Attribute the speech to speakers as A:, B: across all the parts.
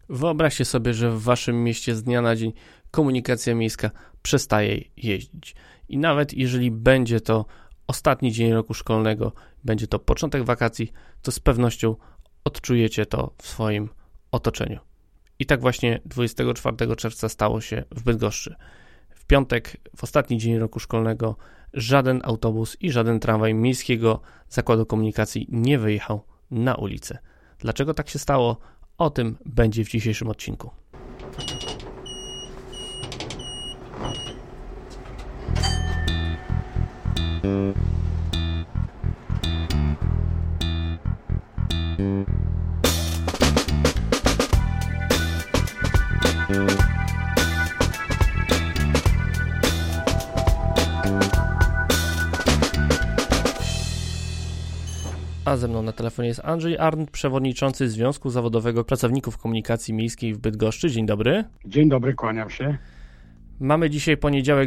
A: Wyobraźcie sobie, że w waszym mieście z dnia na dzień komunikacja miejska przestaje jeździć. I nawet jeżeli będzie to ostatni dzień roku szkolnego, będzie to początek wakacji, to z pewnością odczujecie to w swoim otoczeniu. I tak właśnie 24 czerwca stało się w Bydgoszczy. W piątek, w ostatni dzień roku szkolnego, żaden autobus i żaden tramwaj Miejskiego Zakładu Komunikacji nie wyjechał na ulicę. Dlaczego tak się stało? O tym będzie w dzisiejszym odcinku. A ze mną na telefonie jest Andrzej Arndt, przewodniczący Związku Zawodowego Pracowników Komunikacji Miejskiej w Bydgoszczy. Dzień dobry.
B: Dzień dobry, kłaniam się.
A: Mamy dzisiaj poniedziałek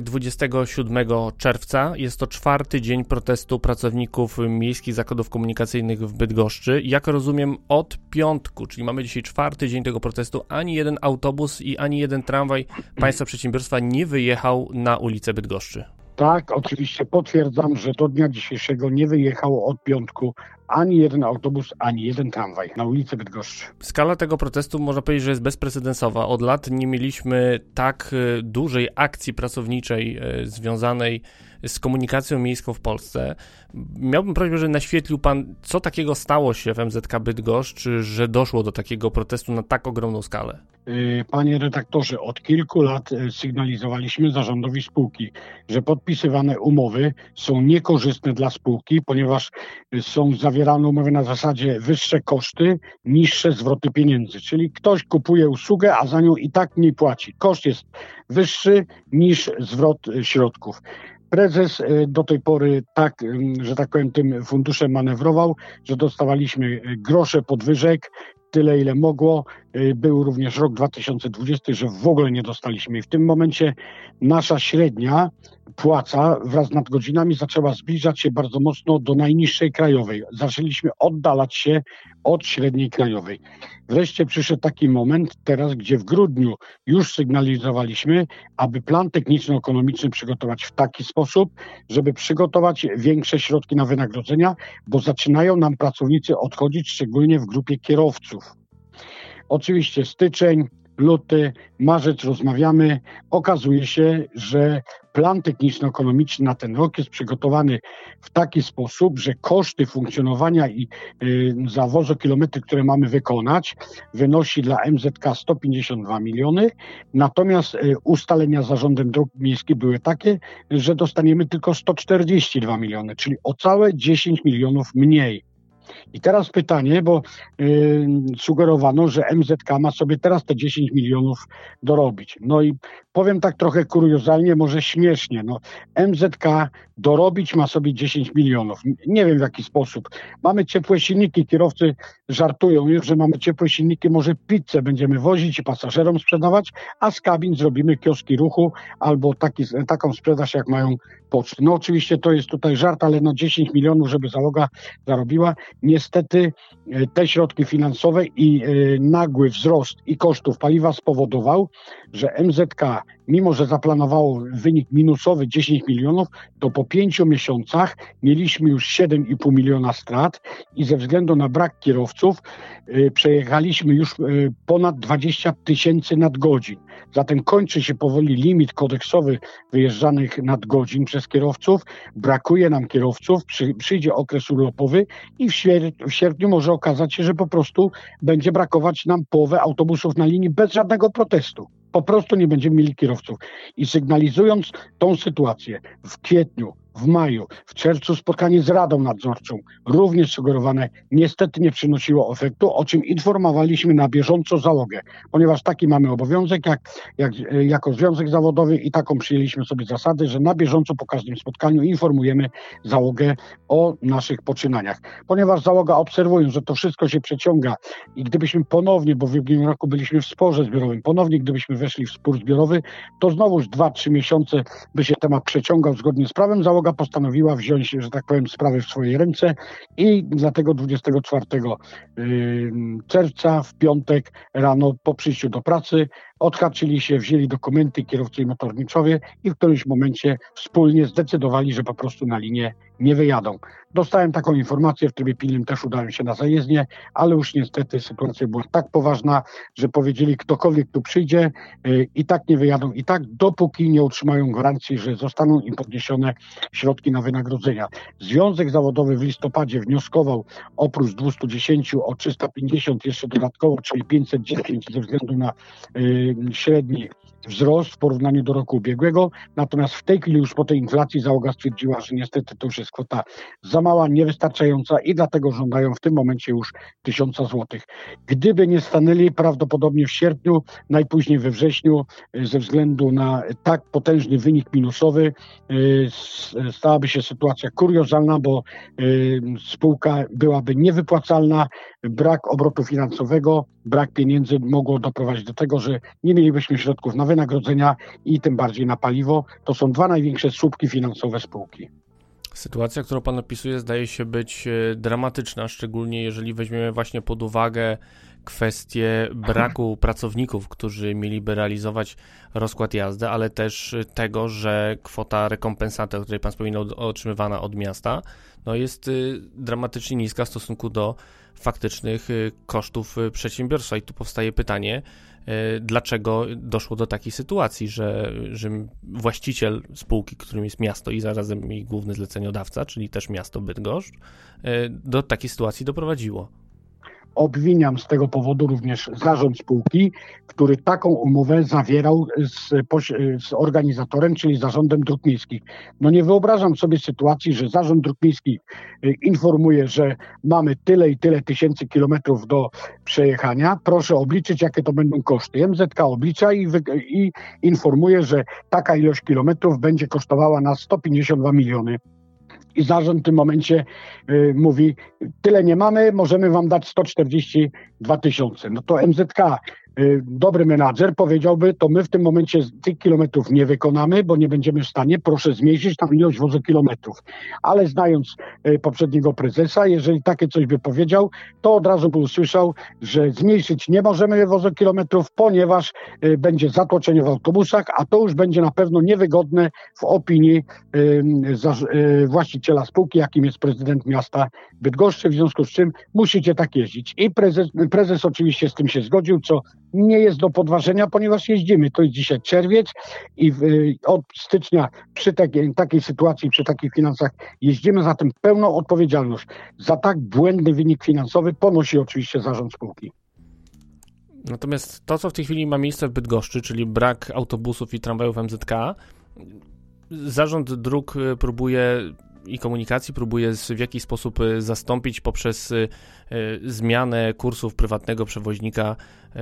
A: 27 czerwca. Jest to czwarty dzień protestu pracowników miejskich zakładów komunikacyjnych w Bydgoszczy. Jak rozumiem, od piątku, czyli mamy dzisiaj czwarty dzień tego protestu, ani jeden autobus i ani jeden tramwaj państwa przedsiębiorstwa nie wyjechał na ulicę Bydgoszczy.
B: Tak, oczywiście potwierdzam, że do dnia dzisiejszego nie wyjechało od piątku ani jeden autobus, ani jeden tramwaj na ulicę Bydgoszczy.
A: Skala tego protestu można powiedzieć, że jest bezprecedensowa. Od lat nie mieliśmy tak dużej akcji pracowniczej związanej z komunikacją miejską w Polsce. Miałbym prośbę, że naświetlił Pan, co takiego stało się w MZK Bydgoszcz, że doszło do takiego protestu na tak ogromną skalę.
B: Panie redaktorze, od kilku lat sygnalizowaliśmy zarządowi spółki, że podpisywane umowy są niekorzystne dla spółki, ponieważ są zawierane umowy na zasadzie wyższe koszty, niższe zwroty pieniędzy. Czyli ktoś kupuje usługę, a za nią i tak mniej płaci. Koszt jest wyższy niż zwrot środków. Prezes do tej pory tak, że tak powiem, tym funduszem manewrował, że dostawaliśmy grosze podwyżek, tyle ile mogło. Był również rok 2020, że w ogóle nie dostaliśmy. I w tym momencie nasza średnia płaca wraz z nadgodzinami zaczęła zbliżać się bardzo mocno do najniższej krajowej. Zaczęliśmy oddalać się od średniej krajowej. Wreszcie przyszedł taki moment teraz, gdzie w grudniu już sygnalizowaliśmy, aby plan techniczno-ekonomiczny przygotować w taki sposób, żeby przygotować większe środki na wynagrodzenia, bo zaczynają nam pracownicy odchodzić, szczególnie w grupie kierowców. Oczywiście styczeń, luty, marzec rozmawiamy. Okazuje się, że plan techniczno-ekonomiczny na ten rok jest przygotowany w taki sposób, że koszty funkcjonowania i za wozokilometry, które mamy wykonać, wynosi dla MZK 152 miliony, natomiast ustalenia z Zarządem Dróg Miejskich były takie, że dostaniemy tylko 142 miliony, czyli o całe 10 milionów mniej. I teraz pytanie, bo sugerowano, że MZK ma sobie teraz te 10 milionów dorobić. No i powiem tak trochę kuriozalnie, może śmiesznie. No, MZK dorobić ma sobie 10 milionów. Nie wiem w jaki sposób. Mamy ciepłe silniki, kierowcy żartują już, że mamy ciepłe silniki, może pizzę będziemy wozić i pasażerom sprzedawać, a z kabin zrobimy kioski ruchu albo taką sprzedaż jak mają poczty. No oczywiście to jest tutaj żart, ale 10 milionów, żeby załoga zarobiła. Niestety te środki finansowe i nagły wzrost i kosztów paliwa spowodował, że MZK, mimo że zaplanowało wynik minusowy 10 milionów, to po 5 miesiącach mieliśmy już 7,5 miliona strat i ze względu na brak kierowców przejechaliśmy już ponad 20 tysięcy nadgodzin. Zatem kończy się powoli limit kodeksowy wyjeżdżanych nadgodzin przez kierowców. Brakuje nam kierowców, przyjdzie okres urlopowy i w sierpniu może okazać się, że po prostu będzie brakować nam połowy autobusów na linii bez żadnego protestu. Po prostu nie będziemy mieli kierowców. I sygnalizując tą sytuację w kwietniu, w maju, w czerwcu spotkanie z Radą Nadzorczą, również sugerowane, niestety nie przynosiło efektu, o czym informowaliśmy na bieżąco załogę, ponieważ taki mamy obowiązek, jako związek zawodowy i taką przyjęliśmy sobie zasadę, że na bieżąco po każdym spotkaniu informujemy załogę o naszych poczynaniach. Ponieważ załoga obserwując, że to wszystko się przeciąga i gdybyśmy ponownie, bo w ubiegłym roku byliśmy w sporze zbiorowym, ponownie gdybyśmy weszli w spór zbiorowy, to znowuż 2-3 miesiące by się temat przeciągał zgodnie z prawem. Załoga załoga postanowiła wziąć, że tak powiem, sprawy w swoje ręce i dlatego 24 czerwca w piątek rano po przyjściu do pracy odhaczyli się, wzięli dokumenty kierowcy i motorniczowie i w którymś momencie wspólnie zdecydowali, że po prostu na linię nie wyjadą. Dostałem taką informację, w trybie pilnym też udałem się na zajezdnię, ale już niestety sytuacja była tak poważna, że powiedzieli, ktokolwiek tu przyjdzie i tak nie wyjadą, i tak dopóki nie otrzymają gwarancji, że zostaną im podniesione środki na wynagrodzenia. Związek Zawodowy w listopadzie wnioskował oprócz 210 o 350 jeszcze dodatkowo, czyli 510 ze względu na średni wzrost w porównaniu do roku ubiegłego, natomiast w tej chwili już po tej inflacji załoga stwierdziła, że niestety to już jest kwota za mała, niewystarczająca i dlatego żądają w tym momencie już 1000 złotych. Gdyby nie stanęli, prawdopodobnie w sierpniu, najpóźniej we wrześniu, ze względu na tak potężny wynik minusowy, stałaby się sytuacja kuriozalna, bo spółka byłaby niewypłacalna, brak obrotu finansowego, brak pieniędzy mogło doprowadzić do tego, że nie mielibyśmy środków na wynagrodzenia i tym bardziej na paliwo. To są dwa największe słupki finansowe spółki.
A: Sytuacja, którą pan opisuje, zdaje się być dramatyczna, szczególnie jeżeli weźmiemy właśnie pod uwagę kwestię braku pracowników, którzy mieliby realizować rozkład jazdy, ale też tego, że kwota rekompensaty, o której pan wspominał, otrzymywana od miasta, no jest dramatycznie niska w stosunku do faktycznych kosztów przedsiębiorstwa. I tu powstaje pytanie, dlaczego doszło do takiej sytuacji, że właściciel spółki, którym jest miasto i zarazem jej główny zleceniodawca, czyli też miasto Bydgoszcz, do takiej sytuacji doprowadziło.
B: Obwiniam z tego powodu również zarząd spółki, który taką umowę zawierał z organizatorem, czyli Zarządem Dróg Miejskich. No nie wyobrażam sobie sytuacji, że Zarząd Dróg Miejskich informuje, że mamy tyle i tyle tysięcy kilometrów do przejechania. Proszę obliczyć, jakie to będą koszty. MZK oblicza i informuje, że taka ilość kilometrów będzie kosztowała nas 152 miliony. I zarząd w tym momencie mówi, tyle nie mamy, możemy wam dać 142 tysiące. No to MZK, dobry menadżer powiedziałby, to my w tym momencie tych kilometrów nie wykonamy, bo nie będziemy w stanie, proszę zmniejszyć tam ilość wozokilometrów. Ale znając poprzedniego prezesa, jeżeli takie coś by powiedział, to od razu by usłyszał, że zmniejszyć nie możemy wozokilometrów, ponieważ będzie zatłoczenie w autobusach, a to już będzie na pewno niewygodne w opinii właściciela spółki, jakim jest prezydent miasta Bydgoszczy, w związku z czym musicie tak jeździć. I prezes oczywiście z tym się zgodził, co nie jest do podważenia, ponieważ jeździmy. To jest dzisiaj czerwiec i od stycznia przy takiej sytuacji, przy takich finansach jeździmy, zatem pełną odpowiedzialność za tak błędny wynik finansowy ponosi oczywiście zarząd spółki.
A: Natomiast to, co w tej chwili ma miejsce w Bydgoszczy, czyli brak autobusów i tramwajów MZK, zarząd dróg i komunikacji próbuje w jakiś sposób zastąpić poprzez zmianę kursów prywatnego przewoźnika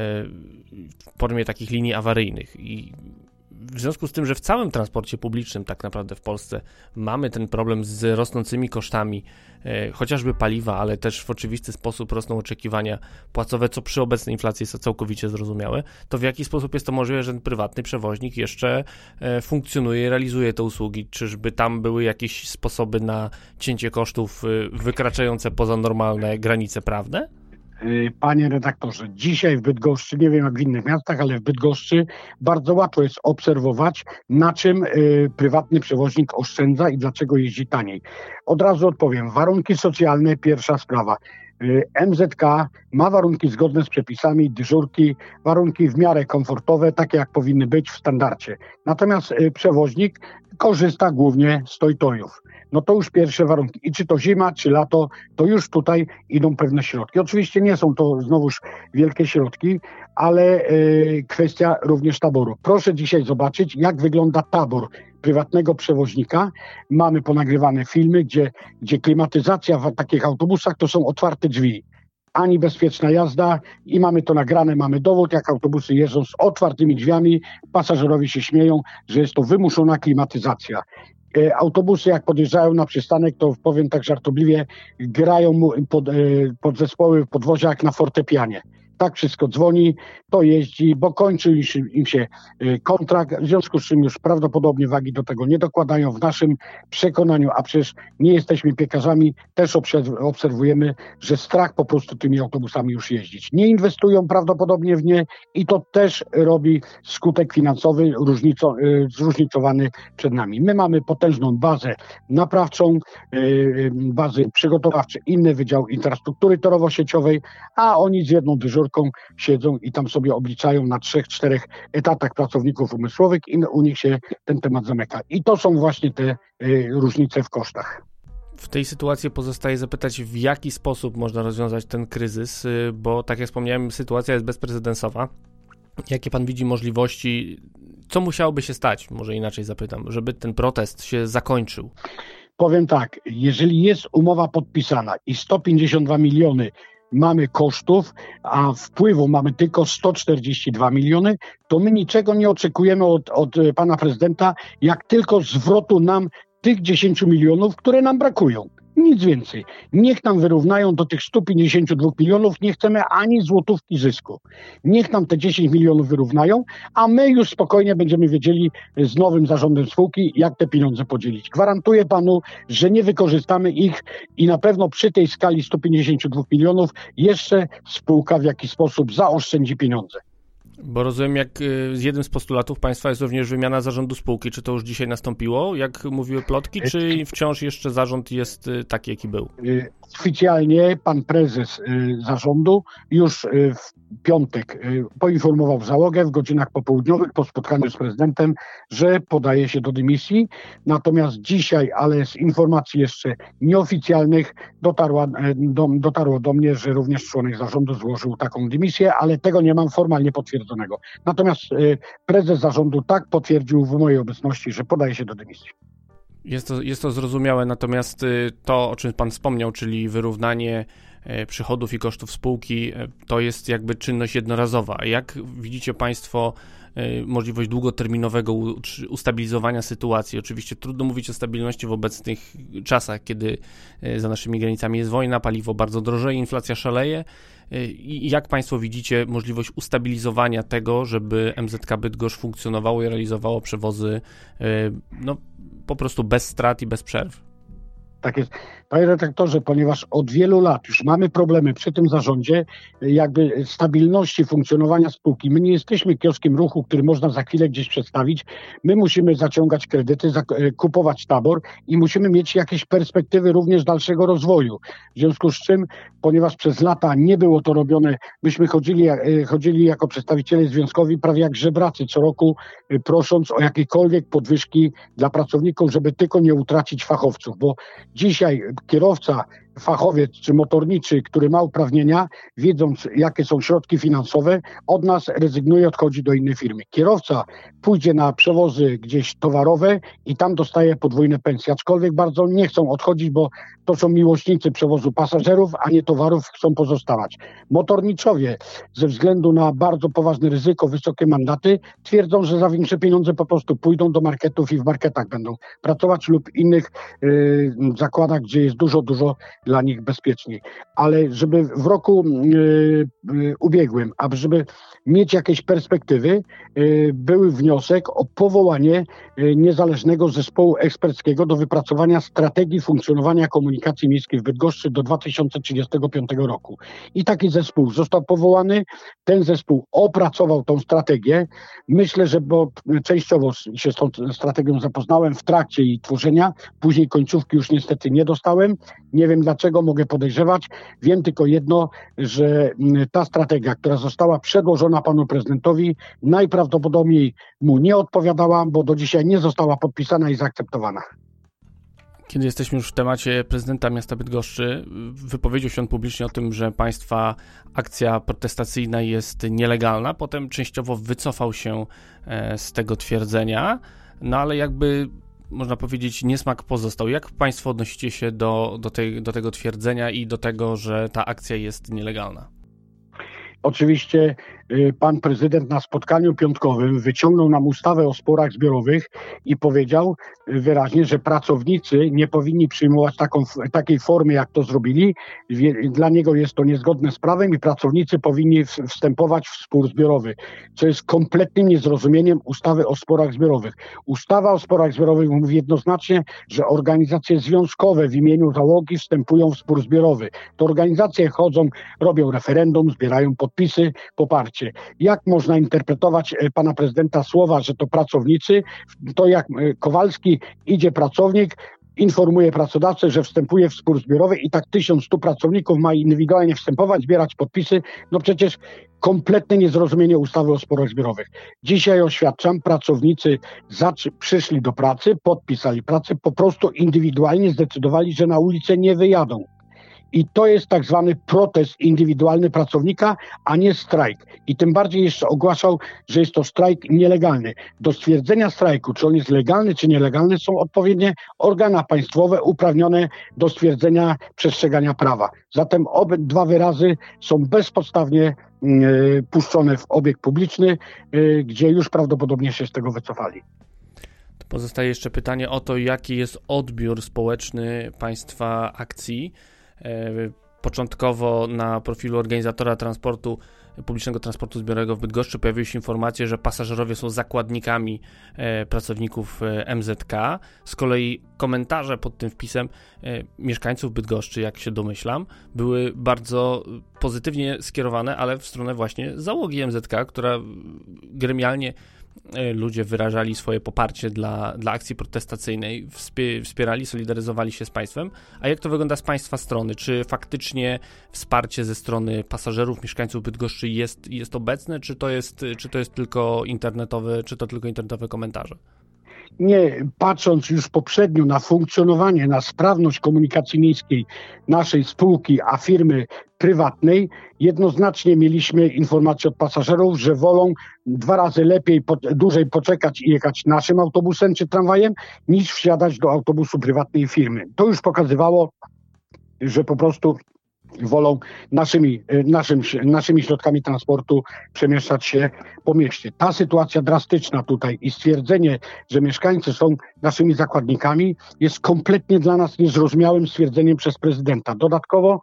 A: w formie takich linii awaryjnych. I w związku z tym, że w całym transporcie publicznym tak naprawdę w Polsce mamy ten problem z rosnącymi kosztami, chociażby paliwa, ale też w oczywisty sposób rosną oczekiwania płacowe, co przy obecnej inflacji jest całkowicie zrozumiałe, to w jaki sposób jest to możliwe, że ten prywatny przewoźnik jeszcze funkcjonuje i realizuje te usługi? Czyżby tam były jakieś sposoby na cięcie kosztów wykraczające poza normalne granice prawne?
B: Panie redaktorze, dzisiaj w Bydgoszczy, nie wiem jak w innych miastach, ale w Bydgoszczy bardzo łatwo jest obserwować, na czym prywatny przewoźnik oszczędza i dlaczego jeździ taniej. Od razu odpowiem. Warunki socjalne, pierwsza sprawa. MZK ma warunki zgodne z przepisami, dyżurki, warunki w miarę komfortowe, takie jak powinny być w standardzie. Natomiast przewoźnik korzysta głównie z tojtojów. No to już pierwsze warunki. I czy to zima, czy lato, to już tutaj idą pewne środki. Oczywiście nie są to znowuż wielkie środki, ale kwestia również taboru. Proszę dzisiaj zobaczyć, jak wygląda tabor prywatnego przewoźnika. Mamy ponagrywane filmy, gdzie klimatyzacja w takich autobusach to są otwarte drzwi. Ani bezpieczna jazda i mamy to nagrane, mamy dowód, jak autobusy jeżdżą z otwartymi drzwiami, pasażerowie się śmieją, że jest to wymuszona klimatyzacja. Autobusy jak podjeżdżają na przystanek, to powiem tak żartobliwie, grają podzespoły podwozia jak na fortepianie. tak wszystko dzwoni, to jeździ, bo kończy im się kontrakt, w związku z czym już prawdopodobnie wagi do tego nie dokładają. W naszym przekonaniu, a przecież nie jesteśmy piekarzami, też obserwujemy, że strach po prostu tymi autobusami już jeździć. Nie inwestują prawdopodobnie w nie i to też robi skutek finansowy zróżnicowany przed nami. My mamy potężną bazę naprawczą, bazy przygotowawcze, inny wydział infrastruktury torowo-sieciowej, a oni z jedną dyżurką siedzą i tam sobie obliczają na 3-4 etatach pracowników umysłowych i u nich się ten temat zamyka. I to są właśnie te różnice w kosztach.
A: W tej sytuacji pozostaje zapytać, w jaki sposób można rozwiązać ten kryzys, bo tak jak wspomniałem, sytuacja jest bezprecedensowa. Jakie pan widzi możliwości, co musiałoby się stać, może inaczej zapytam, żeby ten protest się zakończył?
B: Powiem tak, jeżeli jest umowa podpisana i 152 miliony mamy kosztów, a wpływu mamy tylko 142 miliony, to my niczego nie oczekujemy od pana prezydenta, jak tylko zwrotu nam tych 10 milionów, które nam brakują. Nic więcej. Niech nam wyrównają do tych 152 milionów, nie chcemy ani złotówki zysku. Niech nam te 10 milionów wyrównają, a my już spokojnie będziemy wiedzieli z nowym zarządem spółki, jak te pieniądze podzielić. Gwarantuję panu, że nie wykorzystamy ich i na pewno przy tej skali 152 milionów jeszcze spółka w jakiś sposób zaoszczędzi pieniądze.
A: Bo rozumiem, jak jednym z postulatów państwa jest również wymiana zarządu spółki. Czy to już dzisiaj nastąpiło, jak mówiły plotki, czy wciąż jeszcze zarząd jest taki, jaki był?
B: Oficjalnie pan prezes zarządu już w piątek poinformował załogę w godzinach popołudniowych po spotkaniu z prezydentem, że podaje się do dymisji. Natomiast dzisiaj, ale z informacji jeszcze nieoficjalnych, dotarło do mnie, że również członek zarządu złożył taką dymisję, ale tego nie mam formalnie potwierdzonego. Natomiast prezes zarządu tak potwierdził w mojej obecności, że podaje się do dymisji.
A: Jest to zrozumiałe, natomiast to, o czym pan wspomniał, czyli wyrównanie przychodów i kosztów spółki, to jest jakby czynność jednorazowa. Jak widzicie państwo możliwość długoterminowego ustabilizowania sytuacji? Oczywiście trudno mówić o stabilności w obecnych czasach, kiedy za naszymi granicami jest wojna, paliwo bardzo drożeje, inflacja szaleje. I jak państwo widzicie możliwość ustabilizowania tego, żeby MZK Bydgoszcz funkcjonowało i realizowało przewozy po prostu bez strat i bez przerw?
B: Tak jest. Panie redaktorze, ponieważ od wielu lat już mamy problemy przy tym zarządzie, jakby stabilności funkcjonowania spółki. My nie jesteśmy kioskiem ruchu, który można za chwilę gdzieś przedstawić. My musimy zaciągać kredyty, kupować tabor i musimy mieć jakieś perspektywy również dalszego rozwoju. W związku z czym, ponieważ przez lata nie było to robione, myśmy chodzili jako przedstawiciele związkowi prawie jak żebracy co roku, prosząc o jakiekolwiek podwyżki dla pracowników, żeby tylko nie utracić fachowców, bo dzisiaj kierowca, fachowiec czy motorniczy, który ma uprawnienia, wiedząc jakie są środki finansowe, od nas rezygnuje, odchodzi do innej firmy. Kierowca pójdzie na przewozy gdzieś towarowe i tam dostaje podwójne pensje, aczkolwiek bardzo nie chcą odchodzić, bo to są miłośnicy przewozu pasażerów, a nie towarów, chcą pozostawać. Motorniczowie ze względu na bardzo poważne ryzyko, wysokie mandaty twierdzą, że za większe pieniądze po prostu pójdą do marketów i w marketach będą pracować lub innych zakładach, gdzie jest dużo dla nich bezpieczniej. Ale żeby w roku ubiegłym, aby żeby mieć jakieś perspektywy, był wniosek o powołanie niezależnego zespołu eksperckiego do wypracowania strategii funkcjonowania komunikacji miejskiej w Bydgoszczy do 2035 roku. I taki zespół został powołany. Ten zespół opracował tą strategię. Myślę, że bo częściowo się z tą strategią zapoznałem w trakcie jej tworzenia, później końcówki już niestety nie dostałem. Nie wiem dlaczego, mogę podejrzewać. Wiem tylko jedno, że ta strategia, która została przedłożona panu prezydentowi, najprawdopodobniej mu nie odpowiadała, bo do dzisiaj nie została podpisana i zaakceptowana.
A: Kiedy jesteśmy już w temacie prezydenta miasta Bydgoszczy, wypowiedział się on publicznie o tym, że państwa akcja protestacyjna jest nielegalna. Potem częściowo wycofał się z tego twierdzenia, no ale jakby można powiedzieć niesmak pozostał. Jak państwo odnosicie się do tego twierdzenia i do tego, że ta akcja jest nielegalna?
B: Oczywiście pan prezydent na spotkaniu piątkowym wyciągnął nam ustawę o sporach zbiorowych i powiedział wyraźnie, że pracownicy nie powinni przyjmować takiej formy, jak to zrobili. Dla niego jest to niezgodne z prawem i pracownicy powinni wstępować w spór zbiorowy, co jest kompletnym niezrozumieniem ustawy o sporach zbiorowych. Ustawa o sporach zbiorowych mówi jednoznacznie, że organizacje związkowe w imieniu załogi wstępują w spór zbiorowy. To organizacje chodzą, robią referendum, zbierają podpisy, poparcie. Jak można interpretować pana prezydenta słowa, że to pracownicy, to jak Kowalski idzie pracownik, informuje pracodawcę, że wstępuje w spór zbiorowy i tak 1100 pracowników ma indywidualnie wstępować, zbierać podpisy. No przecież kompletne niezrozumienie ustawy o sporach zbiorowych. Dzisiaj oświadczam, pracownicy przyszli do pracy, podpisali pracę, po prostu indywidualnie zdecydowali, że na ulicę nie wyjadą. I to jest tak zwany protest indywidualny pracownika, a nie strajk. I tym bardziej jeszcze ogłaszał, że jest to strajk nielegalny. Do stwierdzenia strajku, czy on jest legalny, czy nielegalny, są odpowiednie organa państwowe uprawnione do stwierdzenia przestrzegania prawa. Zatem obydwa wyrazy są bezpodstawnie puszczone w obieg publiczny, gdzie już prawdopodobnie się z tego wycofali.
A: Pozostaje jeszcze pytanie o to, jaki jest odbiór społeczny państwa akcji. Początkowo na profilu organizatora publicznego transportu zbiorowego w Bydgoszczy pojawiły się informacje, że pasażerowie są zakładnikami pracowników MZK. Z kolei komentarze pod tym wpisem mieszkańców Bydgoszczy, jak się domyślam, były bardzo pozytywnie skierowane, ale w stronę właśnie załogi MZK, która gremialnie ludzie wyrażali swoje poparcie dla akcji protestacyjnej, wspierali, solidaryzowali się z państwem. A jak to wygląda z państwa strony? Czy faktycznie wsparcie ze strony pasażerów, mieszkańców Bydgoszczy jest obecne, czy to tylko internetowe komentarze?
B: Nie, patrząc już poprzednio na funkcjonowanie, na sprawność komunikacji miejskiej naszej spółki, a firmy prywatnej, jednoznacznie mieliśmy informację od pasażerów, że wolą 2 razy lepiej, dłużej poczekać i jechać naszym autobusem czy tramwajem, niż wsiadać do autobusu prywatnej firmy. To już pokazywało, że po prostu wolą naszymi środkami transportu przemieszczać się po mieście. Ta sytuacja drastyczna tutaj i stwierdzenie, że mieszkańcy są naszymi zakładnikami, jest kompletnie dla nas niezrozumiałym stwierdzeniem przez prezydenta. Dodatkowo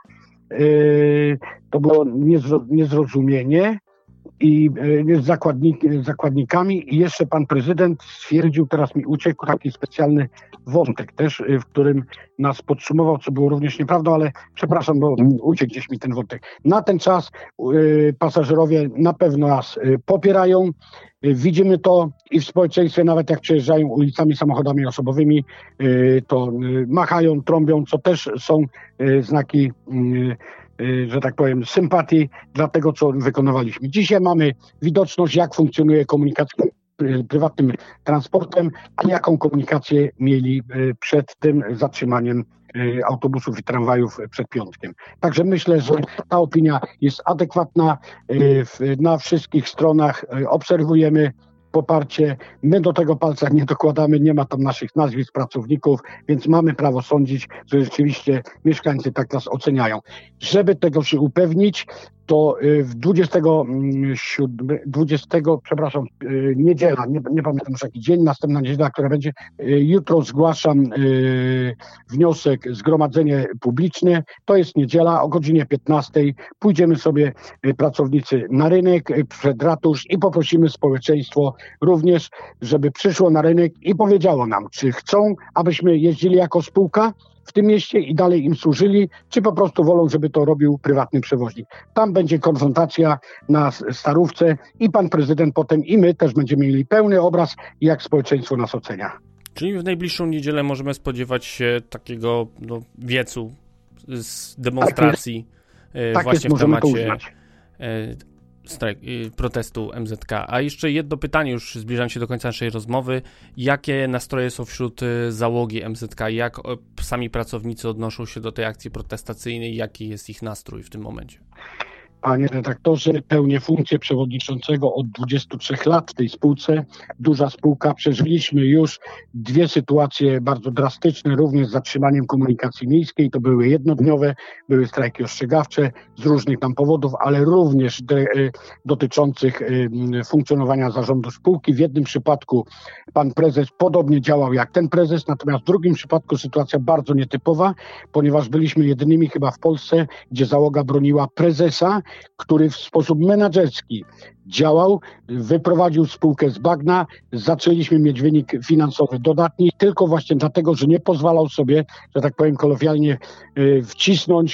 B: to było niezrozumienie i zakładnikami i jeszcze pan prezydent stwierdził, teraz mi uciekł taki specjalny wątek też, w którym nas podsumował, co było również nieprawdą, ale przepraszam, bo uciekł gdzieś mi ten wątek. Na ten czas pasażerowie na pewno nas popierają. Widzimy to i w społeczeństwie, nawet jak przejeżdżają ulicami samochodami osobowymi, to machają, trąbią, co też są znaki, że tak powiem, sympatii dla tego, co wykonywaliśmy. Dzisiaj mamy widoczność, jak funkcjonuje komunikacja prywatnym transportem, a jaką komunikację mieli przed tym zatrzymaniem autobusów i tramwajów przed piątkiem. Także myślę, że ta opinia jest adekwatna. Na wszystkich stronach obserwujemy poparcie. My do tego palca nie dokładamy, nie ma tam naszych nazwisk pracowników, więc mamy prawo sądzić, że rzeczywiście mieszkańcy tak nas oceniają. Żeby tego się upewnić, to w niedziela, nie pamiętam już jaki dzień, następna niedziela, która będzie, jutro zgłaszam wniosek, zgromadzenie publiczne, to jest niedziela o godzinie 15:00, pójdziemy sobie pracownicy na rynek, przed ratusz i poprosimy społeczeństwo również, żeby przyszło na rynek i powiedziało nam, czy chcą, abyśmy jeździli jako spółka w tym mieście i dalej im służyli, czy po prostu wolą, żeby to robił prywatny przewoźnik. Tam będzie konfrontacja na Starówce i pan prezydent potem i my też będziemy mieli pełny obraz, jak społeczeństwo nas ocenia.
A: Czyli w najbliższą niedzielę możemy spodziewać się takiego wiecu z demonstracji właśnie w temacie protestu MZK. A jeszcze jedno pytanie, już zbliżam się do końca naszej rozmowy. Jakie nastroje są wśród załogi MZK? Jak sami pracownicy odnoszą się do tej akcji protestacyjnej? Jaki jest ich nastrój w tym momencie?
B: Panie redaktorze, pełnię funkcję przewodniczącego od 23 lat w tej spółce. Duża spółka. Przeżyliśmy już 2 sytuacje bardzo drastyczne, również z zatrzymaniem komunikacji miejskiej. To były jednodniowe, były strajki ostrzegawcze z różnych tam powodów, ale również dotyczących funkcjonowania zarządu spółki. W jednym przypadku pan prezes podobnie działał jak ten prezes, natomiast w drugim przypadku sytuacja bardzo nietypowa, ponieważ byliśmy jedynymi chyba w Polsce, gdzie załoga broniła prezesa, który w sposób menedżerski działał, wyprowadził spółkę z bagna, zaczęliśmy mieć wynik finansowy dodatni, tylko właśnie dlatego, że nie pozwalał sobie, że tak powiem kolokwialnie, wcisnąć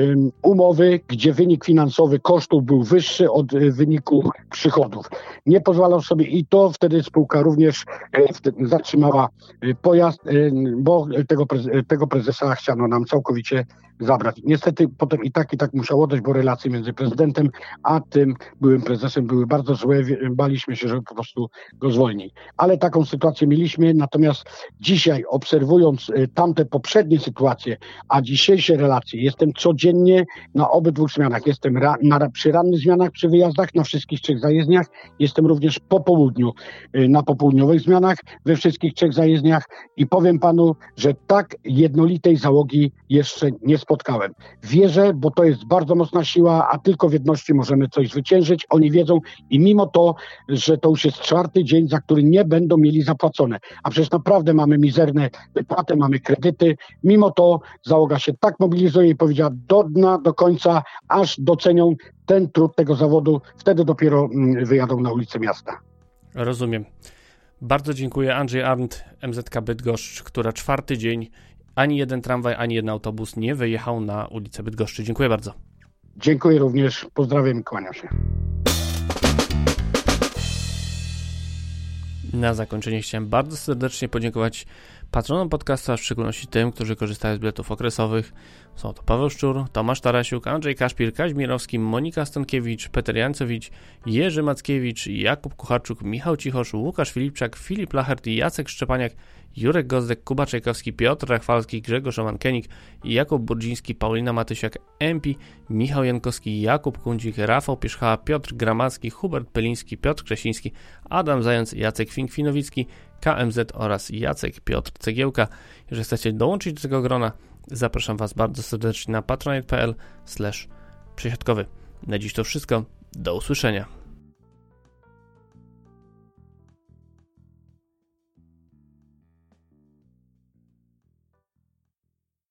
B: umowy, gdzie wynik finansowy kosztów był wyższy od wyniku przychodów. Nie pozwalał sobie i to wtedy spółka również zatrzymała pojazd, bo tego prezesa chciano nam całkowicie zabrać. Niestety potem i tak musiało dojść, bo relacje między prezydentem a tym byłym prezesem były bardzo złe. Baliśmy się, że po prostu go zwolni. Ale taką sytuację mieliśmy. Natomiast dzisiaj, obserwując tamte poprzednie sytuacje, a dzisiejsze relacje, jestem codziennie na obydwu zmianach. Jestem przy rannych zmianach, przy wyjazdach, na wszystkich 3 zajezdniach. Jestem również po południu na popołudniowych zmianach, we wszystkich 3 zajezdniach i powiem panu, że tak jednolitej załogi jeszcze nie spotkałem. Wierzę, bo to jest bardzo mocna siła, a tylko w jedności możemy coś zwyciężyć. Oni wiedzą i mimo to, że to już jest 4. dzień, za który nie będą mieli zapłacone, a przecież naprawdę mamy mizerne wypłaty, mamy kredyty, mimo to załoga się tak mobilizuje i powiedziała do dna, do końca, aż docenią ten trud tego zawodu, wtedy dopiero wyjadą na ulicę miasta.
A: Rozumiem. Bardzo dziękuję. Andrzej Arndt, MZK Bydgoszcz, która 4. dzień ani jeden tramwaj, ani jeden autobus nie wyjechał na ulicę Bydgoszczy. Dziękuję bardzo.
B: Dziękuję również. Pozdrawiam i kłaniam się.
A: Na zakończenie chciałem bardzo serdecznie podziękować patronom podcastu, a w szczególności tym, którzy korzystają z biletów okresowych. Są to Paweł Szczur, Tomasz Tarasiuk, Andrzej Kaszpir, Kaźmirowski, Monika Stankiewicz, Peter Jancowicz, Jerzy Mackiewicz, Jakub Kucharczuk, Michał Cichosz, Łukasz Filipczak, Filip Lachert, Jacek Szczepaniak, Jurek Gozdek, Kuba Czajkowski, Piotr Rachwalski, Grzegorz Omankenik, Jakub Burdziński, Paulina Matysiak, Empi, Michał Jankowski, Jakub Kundzik, Rafał Pierzchała, Piotr Gramacki, Hubert Peliński, Piotr Kresiński, Adam Zając, Jacek Fink-Finowicki, KMZ oraz Jacek Piotr Cegiełka. Jeżeli chcecie dołączyć do tego grona, zapraszam Was bardzo serdecznie na patronite.pl/przesiadkowy. Na dziś to wszystko. Do usłyszenia.